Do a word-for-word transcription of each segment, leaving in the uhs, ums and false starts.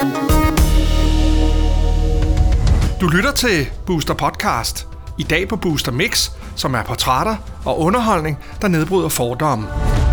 Du lytter til Booster Podcast. I dag på Booster Mix, som er portrætter og underholdning, der nedbryder fordomme.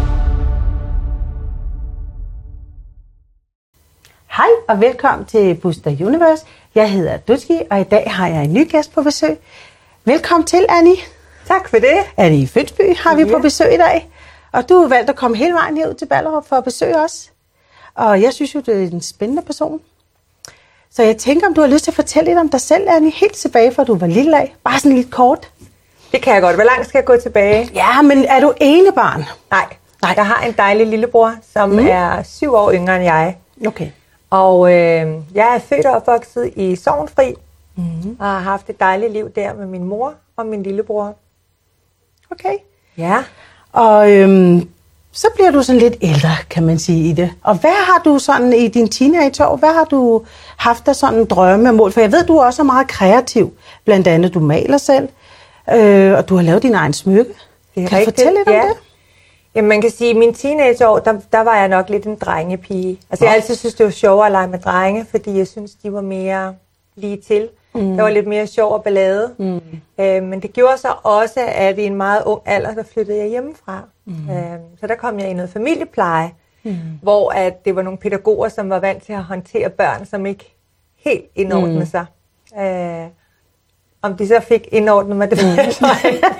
Hej og velkommen til Booster Universe. Jeg hedder Dutski, og i dag har jeg en ny gæst på besøg. Velkommen til, Annie. Tak for det. Annie Fønsby har vi Ja. på besøg i dag. Og du har valgt at komme hele vejen herud til Ballerup for at besøge os. Og jeg synes jo, du er en spændende person. Så jeg tænker, om du har lyst til at fortælle lidt om dig selv, Annie, helt tilbage fra du var lille af. Bare sådan lidt kort. Det kan jeg godt. Hvor langt skal jeg gå tilbage? Ja, men er du enebarn? Nej. Nej. Jeg har en dejlig lillebror, som mm. er syv år yngre end jeg. Okay. Og øh, jeg er født og opvokset i Sorgenfri. Mm. Og har haft et dejligt liv der med min mor og min lillebror. Okay. Ja. Og øhm, så bliver du sådan lidt ældre, kan man sige, i det. Og hvad har du sådan i din teenageår, hvad har du haft af sådan drømme og mål? For jeg ved, du er også meget kreativ. Blandt andet, du maler selv, øh, og du har lavet din egen smykke. Det er kan rigtigt. du fortælle lidt ja. om det? Jamen, man kan sige, at i mine teenageår, der, der var jeg nok lidt en drengepige. Altså, jeg altid synes, det var sjovere at lege med drenge, fordi jeg synes, de var mere lige til. Mm. Der var lidt mere sjov og ballade. Mm. Øh, men det gjorde så også, at i en meget ung alder, der flyttede jeg hjemmefra. Mm. Øh, så der kom jeg i noget familiepleje, mm. hvor at det var nogle pædagoger, som var vant til at håndtere børn, som ikke helt indordnede mm. sig. Øh, om de så fik indordnet mig, det ved jeg ikke.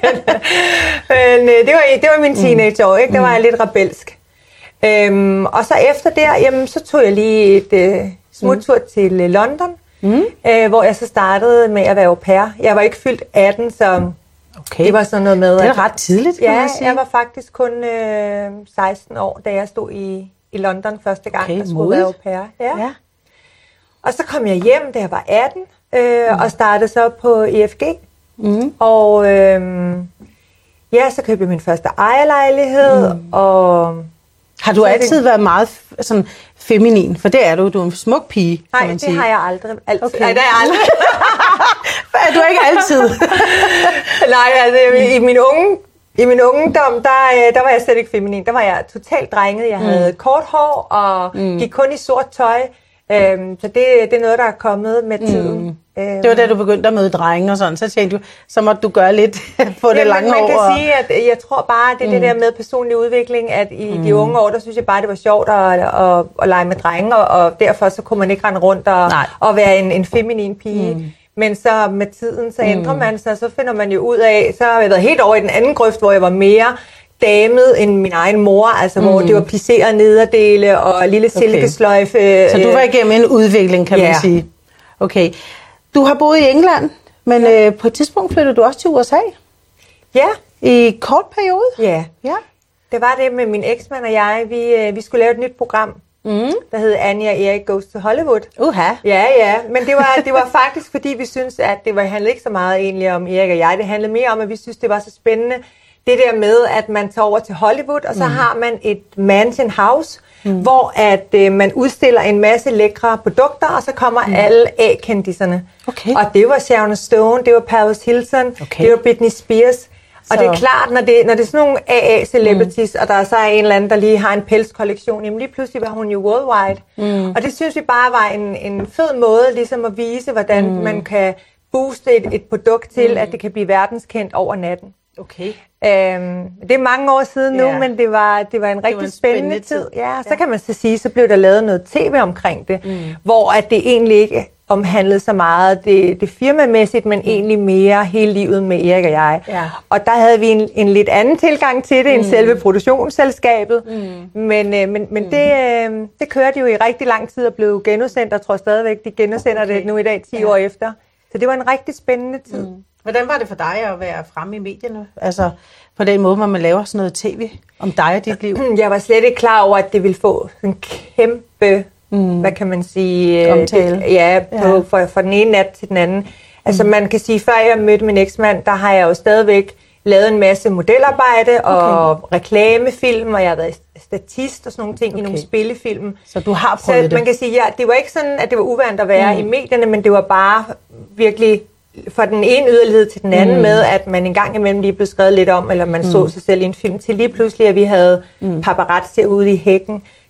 Men øh, det, var, det var min teenageår, ikke? Der var jeg lidt rebelsk. Øhm, og så efter der, jamen, så tog jeg lige et øh, smuttur mm. til øh, London, mm. øh, hvor jeg så startede med at være au pair. Jeg var ikke fyldt atten, så okay. det var sådan noget med... Det er ret tidligt, kan ja, man sige. jeg var faktisk kun øh, seksten år, da jeg stod i, i London første gang, okay, og skulle være au pair. Ja. Ja. Og så kom jeg hjem, da jeg var atten, øh, mm. og startede så på E F G. Mm. Og øh, ja, så købte jeg min første ejerlejlighed, mm. og... Har du altid det... været meget sådan feminin? For det er du. Du er en smuk pige, kan Nej, man det sige. har jeg aldrig. altid. Okay. Nej, det er jeg aldrig. Er du ikke altid? Nej, altså i min unge... I min ungdom, der, der var jeg slet ikke feminin. Der var jeg totalt drenget. Jeg havde mm. kort hår og mm. gik kun i sort tøj. Øhm, så det, det er noget, der er kommet med tiden. Mm. Det var da du begyndte at møde drenge og sådan. Så tænkte du, så måtte du gøre lidt på det ja, lange man år. Man kan og... sige, at jeg tror bare, det er mm. det der med personlig udvikling, at i mm. de unge år, der synes jeg bare, det var sjovt at, at, at, at lege med drenge, og, og derfor så kunne man ikke rende rundt og, og være en, en feminin pige. Mm. Men så med tiden, så ændrer mm. man sig, så finder man jo ud af, så har jeg været helt over i den anden grøft, hvor jeg var mere damet end min egen mor, altså mm. hvor det var plisseret nederdele og lille silkesløjfe. Okay. Så du var igennem en udvikling, kan yeah. man sige. Okay. Du har boet i England, men ja. øh, på et tidspunkt flyttede du også til U S A. Ja. I kort periode? Ja. Ja. Det var det med min eksmand og jeg. Vi, øh, vi skulle lave et nyt program, mm. der hed Annie og Erik Goes to Hollywood. Uha. Ja, ja. Men det var, det var faktisk, fordi vi syntes, at det var, handlede ikke så meget egentlig om Erik og jeg. Det handlede mere om, at vi synes, det var så spændende. Det der med, at man tager over til Hollywood, og så mm. har man et mansion house, mm. hvor at øh, man udstiller en masse lækre produkter, og så kommer mm. alle A-kendiserne. Okay. Og det var Sharon Stone, det var Paris Hilton, okay. det var Britney Spears. Så. Og det er klart, når det, når det er sådan nogle A A-celebrities, mm. og der så er en eller anden, der lige har en pelskollektion, jamen lige pludselig var hun jo worldwide. Mm. Og det synes vi bare var en, en fed måde ligesom at vise, hvordan mm. man kan booste et, et produkt til, mm. at det kan blive verdenskendt over natten. Okay. Øhm, det er mange år siden nu, yeah. men det var, det var en rigtig var en spændende, spændende tid. tid. Ja, så ja. kan man så sige, så blev der lavet noget tv omkring det, mm. hvor at det egentlig ikke omhandlede så meget det, det firmamæssigt, men mm. egentlig mere hele livet med Erik og jeg. Ja. Og der havde vi en, en lidt anden tilgang til det, mm. end selve produktionsselskabet. Mm. Men, øh, men, men mm. det, øh, det kørte jo i rigtig lang tid og blev genudsendt, og jeg tror stadigvæk, de genudsender okay. det nu i dag, ti ja. år efter. Så det var en rigtig spændende tid. Mm. Hvordan var det for dig at være fremme i medierne? Altså på den måde, hvor man laver sådan noget tv om dig og dit liv? Jeg var slet ikke klar over, at det ville få en kæmpe, mm. hvad kan man sige, omtale. Det, ja, på, ja. For, for den ene nat til den anden. Altså mm. man kan sige, før jeg mødte min eksmand, der har jeg jo stadigvæk lavet en masse modelarbejde og okay. reklamefilm, og jeg har været statist og sådan nogle ting okay. i nogle spillefilm. Så du har prøvet Så det? man kan sige, ja, det var ikke sådan, at det var uvant at være mm. i medierne, men det var bare virkelig fra den ene yderlighed til den anden mm. med, at man en gang imellem lige blev skrevet lidt om, eller man mm. så sig selv i en film, til lige pludselig, at vi havde mm. paparazzi ude i hækken,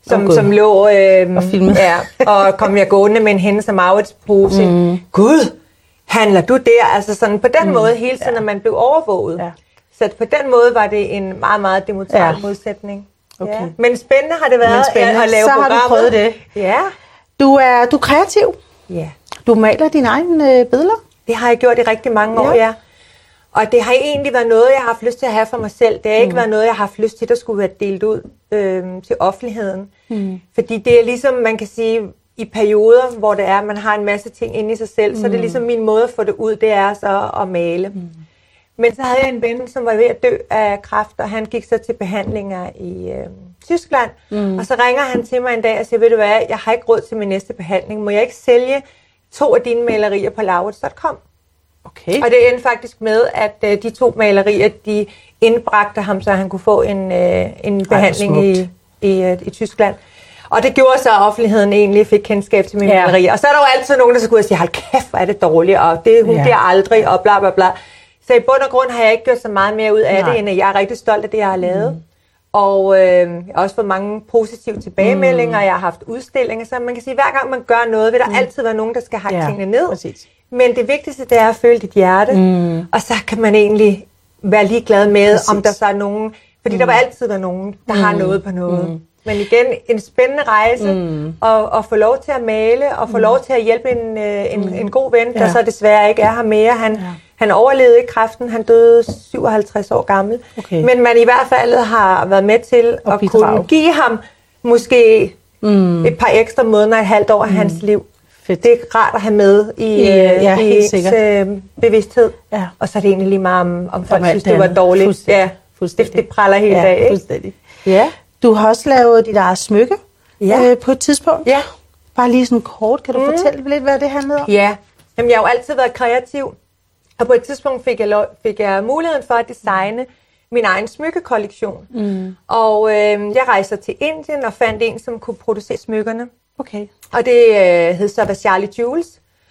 som, oh, som lå øh, og filmet. Ja, og kom jeg gående med en Hennes og Maurits pose. Mm. Gud, handler du der? Altså sådan på den mm. måde hele tiden, ja. At man blev overvåget. Ja. Så på den måde var det en meget, meget demonstrabel ja. Modsætning. Okay. Ja. Men spændende har det været at lave så programmet. Så har du prøvet det. Ja. Du er, du er kreativ. Ja. Du maler dine egne øh, billeder. Det har jeg gjort i rigtig mange år, ja. ja. Og det har egentlig været noget, jeg har haft lyst til at have for mig selv. Det har ikke mm. været noget, jeg har haft lyst til, der skulle være delt ud øh, til offentligheden. Mm. Fordi det er ligesom, man kan sige, i perioder, hvor det er, at man har en masse ting inde i sig selv, mm. så er det ligesom min måde at få det ud, det er så at male. Mm. Men så havde jeg en ven, som var ved at dø af kræft, og han gik så til behandlinger i øh, Tyskland. Mm. Og så ringer han til mig en dag og siger, ved du hvad, jeg har ikke råd til min næste behandling. Må jeg ikke sælge to af dine malerier på laurits punktum com? Okay. Og det endte faktisk med, at øh, de to malerier, de indbragte ham, så han kunne få en, øh, en behandling Ej, i, i, øh, i Tyskland. Og det gjorde så, at offentligheden egentlig fik kendskab til mine ja. malerier. Og så er der jo altid nogen, der så skulle sige, hold kæft, hvor er det dårligt, og det hun ja. bliver aldrig, og bla bla bla. Så i bund og grund har jeg ikke gjort så meget mere ud af Nej. det, end at jeg er rigtig stolt af det, jeg har lavet. Mm. Og øh, jeg har også fået mange positive tilbagemeldinger, mm. jeg har haft udstillinger, så man kan sige, at hver gang man gør noget, vil der mm. altid være nogen, der skal hakke ja. tingene ned. Præcis. Men det vigtigste, det er at føle dit hjerte, mm. og så kan man egentlig være ligeglad med, Præcis. om der så er nogen, fordi mm. der vil altid være nogen, der mm. har noget på noget. Mm. Men igen, en spændende rejse, mm. og, og få lov til at male, og få mm. lov til at hjælpe en, en, mm. en god ven, der ja. så desværre ikke er her mere. Han, ja. han overlevede ikke kræften, han døde syvoghalvtreds år gammel. Okay. Men man i hvert fald har været med til og at bidrage. Kunne give ham måske mm. et par ekstra måneder, et halvt år af mm. hans liv. Fedt. Det er rart at have med i, ja, ja, i ens øh, bevidsthed. Ja. Og så er det egentlig lige meget, om, om folk synes, det var dårligt. Fuldstændig. Ja, fuldstændig. Det, det praller hele ja, dag. Fuldstændig. Ja. Du har også lavet dit eget smykke ja. øh, på et tidspunkt. Ja. Bare lige sådan kort. Kan du mm. fortælle lidt, hvad det handlede om? Ja. Jamen, jeg har jo altid været kreativ. Og på et tidspunkt fik jeg, lov, fik jeg muligheden for at designe min egen smykkekollektion. Mm. Og øh, jeg rejste til Indien og fandt en, som kunne producere smykkerne. Okay. Og det øh, hed så Vaishali Jewels.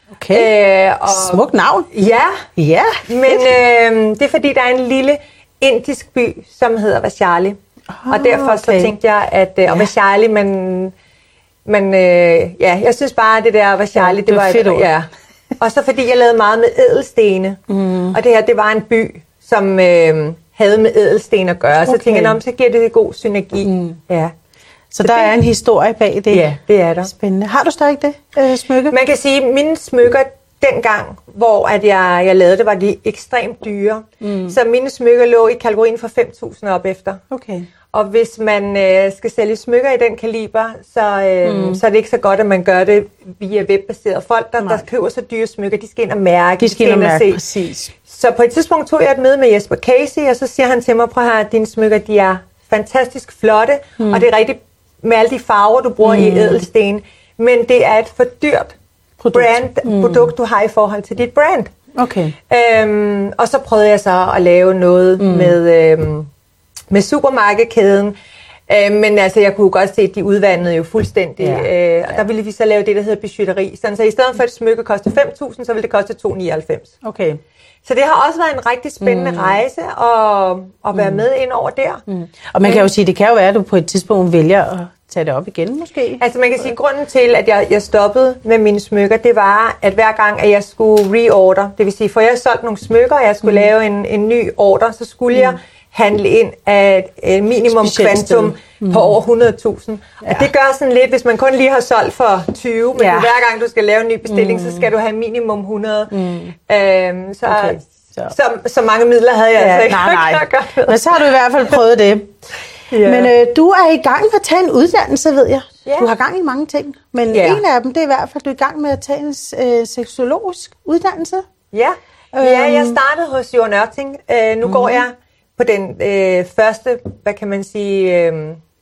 Okay. Øh, og, Smukt navn. Ja. Ja. Men øh, det er fordi, der er en lille indisk by, som hedder Vaishali. Oh, og derfor okay. så tænkte jeg, at øh, og Vaishali, men, men øh, ja, jeg synes bare, at det der Vaishali, ja, det, det var fedt. Et, ja. Og så fordi jeg lavede meget med ædelstene. Mm. Og det her, det var en by, som øh, havde med ædelsten at gøre. Så okay. tænkte jeg, så giver det en god synergi. Mm. Ja. Så, så der det, er en historie bag det? Ja, det er der. Spændende. Har du stadig det øh, smykke? Man kan sige, at mine smykker dengang, hvor at jeg, jeg lavede det, var de ekstremt dyre. Mm. Så mine smykker lå i kategorien fra fem tusind op efter. Okay. Og hvis man øh, skal sælge smykker i den kaliber, så, øh, mm. så er det ikke så godt, at man gør det via webbaseret. Folk, der, der køber så dyre smykker, de skal ind og mærke. De skal ind og mærke, præcis. Så på et tidspunkt tog jeg et møde med Jesper Casey, og så siger han til mig, prøv at høre, dine smykker, de er fantastisk flotte, mm. og det er rigtigt med alle de farver, du bruger mm. i ædelsten. Men det er et for dyrt produkt. Brand, mm. produkt, du har i forhold til dit brand. Okay. Øhm, og så prøvede jeg så at lave noget mm. med... Øhm, med supermarkedkæden, øh, men altså jeg kunne godt se, at de udvandede jo fuldstændig, ja. øh, og der ville vi så lave det, der hedder bijuteri. Sådan, så i stedet for at et smykke koste fem tusind, så ville det koste to komma nioghalvfems. Okay. Så det har også været en rigtig spændende mm. rejse at, at være mm. med ind over der. Mm. Og man kan jo sige, det kan jo være, at du på et tidspunkt vælger at tage det op igen måske. Altså man kan sige, at grunden til, at jeg, jeg stoppede med mine smykker, det var, at hver gang, at jeg skulle reorder, det vil sige, for jeg solgte nogle smykker, og jeg skulle mm. lave en, en ny order, så skulle mm. jeg handle ind af et minimum kvantum mm. på over hundrede tusind. Ja. Og det gør sådan lidt, hvis man kun lige har solgt for tyve, men ja. hver gang du skal lave en ny bestilling, mm. så skal du have minimum hundrede. Mm. Øhm, så, okay. så. Så, så mange midler havde jeg ja, altså ikke. Nej, nej. Men så har du i hvert fald prøvet det. Ja. Men øh, du er i gang med at tage en uddannelse, ved jeg. Ja. Du har gang i mange ting. Men ja. en af dem, det er i hvert fald, du er i gang med at tage en øh, seksologisk uddannelse. Ja. Øhm. ja, jeg startede hos Jørgen Ørting. Øh, nu mm. går jeg på den øh, første, hvad kan man sige, øh,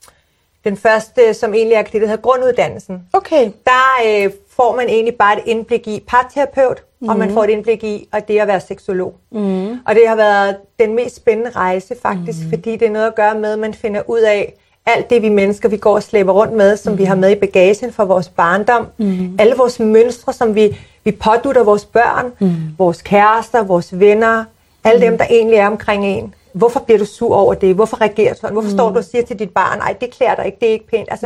den første, som egentlig er det, der hedder grunduddannelsen. Okay. Der øh, får man egentlig bare et indblik i parterapeut, mm. og man får et indblik i, og det at være seksolog. Mm. Og det har været den mest spændende rejse faktisk, mm. fordi det er noget at gøre med, at man finder ud af alt det, vi mennesker, vi går og slæber rundt med, som mm. vi har med i bagagen fra vores barndom. Mm. Alle vores mønstre, som vi, vi pådutter vores børn, mm. vores kærester, vores venner, alle mm. dem, der egentlig er omkring en. Hvorfor bliver du sur over det? Hvorfor reagerer du sådan? Hvorfor mm. står du og siger til dit barn, nej, det klæder dig ikke, det er ikke pænt? Altså, mm.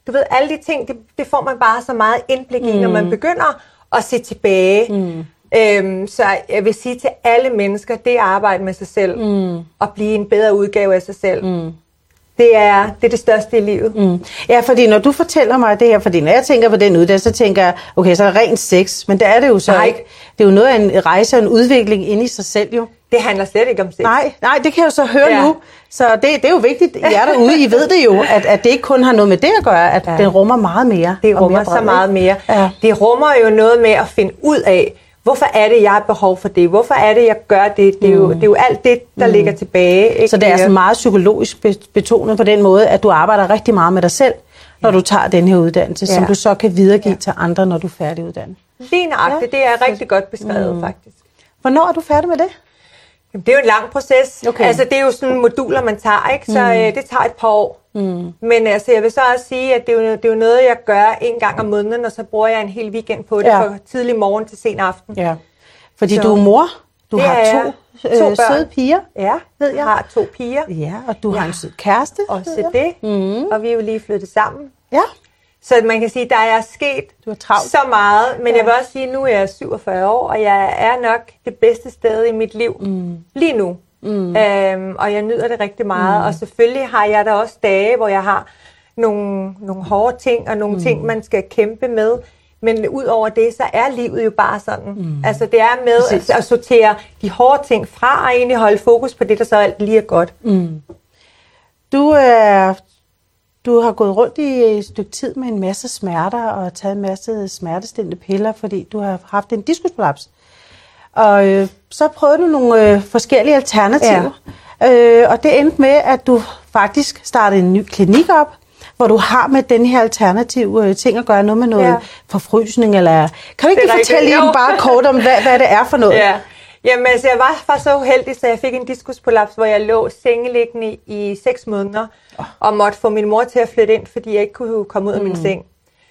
Du ved, alle de ting, det, det får man bare så meget indblik i, mm. når man begynder at se tilbage. Mm. Øhm, så jeg vil sige til alle mennesker, det er at arbejde med sig selv, mm. og blive en bedre udgave af sig selv. Mm. Det er, det er det største i livet. Mm. Ja, fordi når du fortæller mig det her, fordi når jeg tænker på den uddannelse, så tænker jeg, okay, så er det rent sex, men det er det jo så nej. Ikke. Det er jo noget af en rejse og en udvikling inde i sig selv jo. Det handler slet ikke om sex. Nej, nej, det kan jeg jo så høre ja. nu. Så det, det er jo vigtigt, I er derude, I ved det jo, at, at det ikke kun har noget med det at gøre, at ja. den rummer meget mere. Det rummer mere så meget mere. Ja. Det rummer jo noget med at finde ud af, hvorfor er det, jeg har behov for det? Hvorfor er det, jeg gør det? Det er jo, mm. det er jo alt det, der mm. ligger tilbage. Ikke? Så det er altså meget psykologisk betonet på den måde, at du arbejder rigtig meget med dig selv, når ja. du tager den her uddannelse, ja. som du så kan videregive ja. til andre, når du er færdiguddannet. Lige nøjagtigt. Ja. Det er rigtig godt beskrevet, mm. faktisk. Hvornår er du færdig med det? Jamen, det er jo en lang proces. Okay. Altså, det er jo sådan moduler, man tager, ikke? Så mm. øh, det tager et par år. Mm. Men altså, jeg vil så også sige, at det er, jo, det er jo noget, jeg gør en gang om måneden, og så bruger jeg en hel weekend på det, ja. fra tidlig morgen til sen aften. Ja. Fordi så, du er mor. Du har to, to øh, søde piger, ja, ved jeg. Jeg har to piger. Ja, og du ja. har en sød kæreste. Også det. Mm. Og vi er jo lige flyttet sammen. Ja. Så man kan sige, at der er sket du er så meget. Men ja. jeg vil også sige, at nu er jeg syvogfyrre år, og jeg er nok det bedste sted i mit liv mm. lige nu. Mm. Øhm, og jeg nyder det rigtig meget. Mm. Og selvfølgelig har jeg da også dage, hvor jeg har nogle, nogle hårde ting, og nogle mm. ting, man skal kæmpe med. Men ud over det, så er livet jo bare sådan. Mm. Altså det er med at, at sortere de hårde ting fra, og egentlig holde fokus på det, der så alt lige er godt. Mm. Du er... Du har gået rundt i et stykke tid med en masse smerter og taget en masse smertestillende piller, fordi du har haft en diskusprolaps. Og øh, så prøvede du nogle øh, forskellige alternativer. Ja. Øh, og det endte med, at du faktisk startede en ny klinik op, hvor du har med den her alternative øh, ting at gøre, noget med noget ja. forfrysning. Eller... Kan du ikke fortælle lige bare kort om, hvad, hvad det er for noget? Ja. Jamen, altså, jeg var faktisk så uheldig, så jeg fik en diskusprolaps, hvor jeg lå sengeliggende i seks måneder, oh. og måtte få min mor til at flytte ind, fordi jeg ikke kunne komme ud af mm. min seng.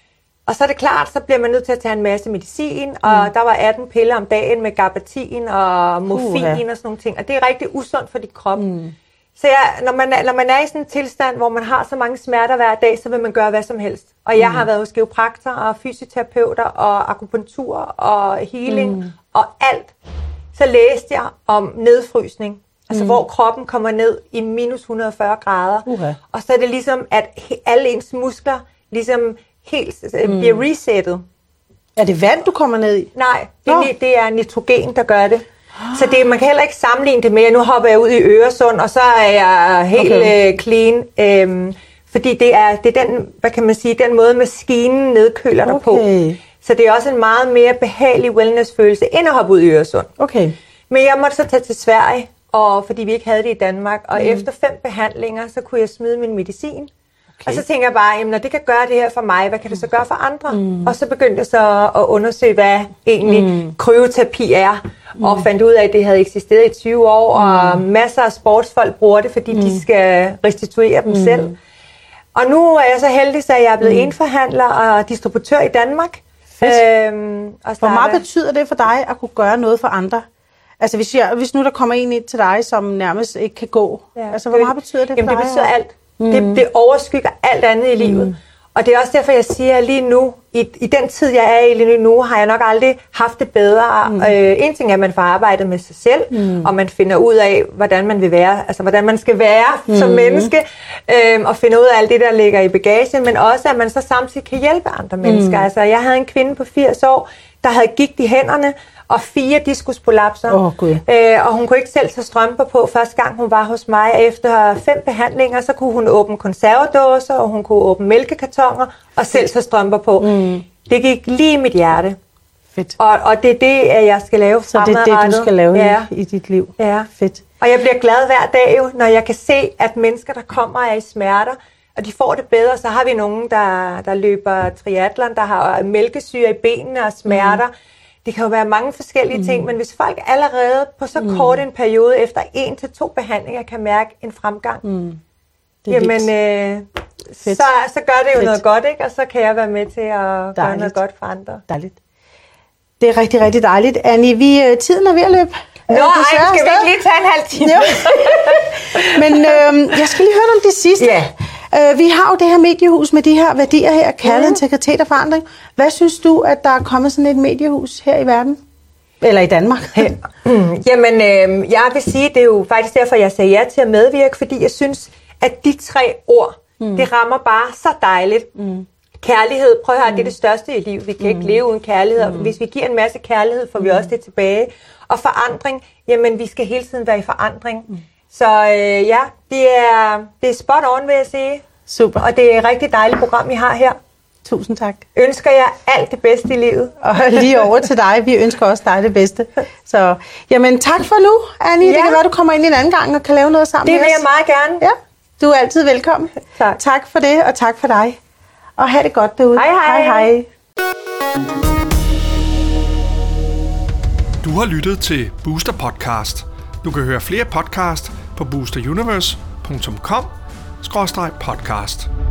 Og så er det klart, så bliver man nødt til at tage en masse medicin, mm. og der var atten piller om dagen med gabapentin og morfin uh, ja. og sådan nogle ting, og det er rigtig usundt for dit krop. Mm. Så jeg, når, man er, når man er i sådan en tilstand, hvor man har så mange smerter hver dag, så vil man gøre hvad som helst. Og jeg mm. har været hos kiropraktor og fysioterapeuter og akupunktur og healing mm. og alt. Så læste jeg om nedfrysning, altså mm. hvor kroppen kommer ned i minus et hundrede og fyrre grader. Uh-huh. Og så er det ligesom, at alle ens muskler ligesom helt mm. bliver resettet. Er det vand, du kommer ned i? Nej, det, oh. det er nitrogen, der gør det. Så det, man kan heller ikke sammenligne det med, at nu hopper jeg ud i Øresund, og så er jeg helt okay. uh, clean. Øhm, fordi det er, det er den, hvad kan man sige, den måde maskinen nedkøler dig okay. på. Så det er også en meget mere behagelig wellness-følelse, end at hoppe ud i Øresund. Okay. Men jeg måtte så tage til Sverige, og, fordi vi ikke havde det i Danmark. Og mm. efter fem behandlinger, så kunne jeg smide min medicin. Okay. Og så tænker jeg bare, jamen, når det kan gøre det her for mig, hvad kan det så gøre for andre? Mm. Og så begyndte jeg så at undersøge, hvad egentlig mm. kryoterapi er. Mm. Og fandt ud af, at det havde eksisteret i tyve år, og mm. masser af sportsfolk bruger det, fordi mm. de skal restituere dem mm. selv. Og nu er jeg så heldig, at jeg er blevet mm. enforhandler og distributør i Danmark. Øhm, Hvor meget betyder det for dig at kunne gøre noget for andre? Altså hvis, jeg, hvis nu der kommer en ind til dig, som nærmest ikke kan gå. Ja, altså hvor meget betyder det for jamen, dig? Det betyder alt. Mm. Det, det overskygger alt andet i livet. Mm. Og det er også derfor, jeg siger, at lige nu, i, i den tid, jeg er i lige nu, har jeg nok aldrig haft det bedre. Mm. Øh, en ting er, at man får arbejdet med sig selv, mm. og man finder ud af, hvordan man vil være, altså hvordan man skal være mm. som menneske, øh, og finder ud af alt det, der ligger i bagagen, men også, at man så samtidig kan hjælpe andre mennesker. Mm. Altså, jeg havde en kvinde på firs år, der havde gigt i hænderne, og fire diskusprolapser. Oh, God. øh, og hun kunne ikke selv tage strømper på første gang, hun var hos mig. Efter fem behandlinger, så kunne hun åbne konservedåser, og hun kunne åbne mælkekartoner, og selv tage strømper på. Mm. Det gik lige i mit hjerte. Fedt. Og, og det er det, jeg skal lave fremadrettet. Så det er det, du skal lave ja. i, i dit liv? Ja. Fedt. Og jeg bliver glad hver dag, jo, når jeg kan se, at mennesker, der kommer, er i smerter, og de får det bedre. Så har vi nogen, der, der løber triathlon, der har mælkesyre i benene og smerter. Mm. Det kan jo være mange forskellige mm. ting, men hvis folk allerede på så mm. kort en periode, efter en til to behandlinger, kan mærke en fremgang, mm. jamen, øh, så, så gør det jo Fedt. noget godt, ikke? Og så kan jeg være med til at dejligt. gøre noget godt for andre. Dejligt. Det er rigtig, rigtig dejligt. Annie, vi, tiden er ved at løbe. Nå, ej, skal vi ikke lige tage en halv time? Men øh, jeg skal lige høre om det sidste. Yeah. Øh, vi har jo det her mediehus med de her værdier her, kærlighed, mm. integritet og forandring. Hvad synes du, at der er kommet sådan et mediehus her i verden? Eller i Danmark? mm, jamen, øh, jeg vil sige, det er jo faktisk derfor, jeg sagde ja til at medvirke, fordi jeg synes, at de tre ord, mm. det rammer bare så dejligt. Mm. Kærlighed, prøv at høre, mm. det er det største i livet. Vi kan mm. ikke leve uden kærlighed. Mm. Hvis vi giver en masse kærlighed, får vi også det tilbage. Og forandring, jamen vi skal hele tiden være i forandring. Mm. Så øh, ja, det er, det er spot on, vil jeg sige. Super. Og det er et rigtig dejligt program, I har her. Tusind tak. Ønsker jeg alt det bedste i livet. Og lige over til dig. Vi ønsker også dig det bedste. Så, jamen tak for nu, Annie. Ja. Det kan være, du kommer ind en anden gang og kan lave noget sammen det med os. Det vil jeg meget gerne. Ja, du er altid velkommen. Tak. Tak for det, og tak for dig. Og have det godt derude. Hej hej. Hej hej. Du har lyttet til Booster Podcast. Du kan høre flere podcast på booster universe punktum com skråstreg podcast.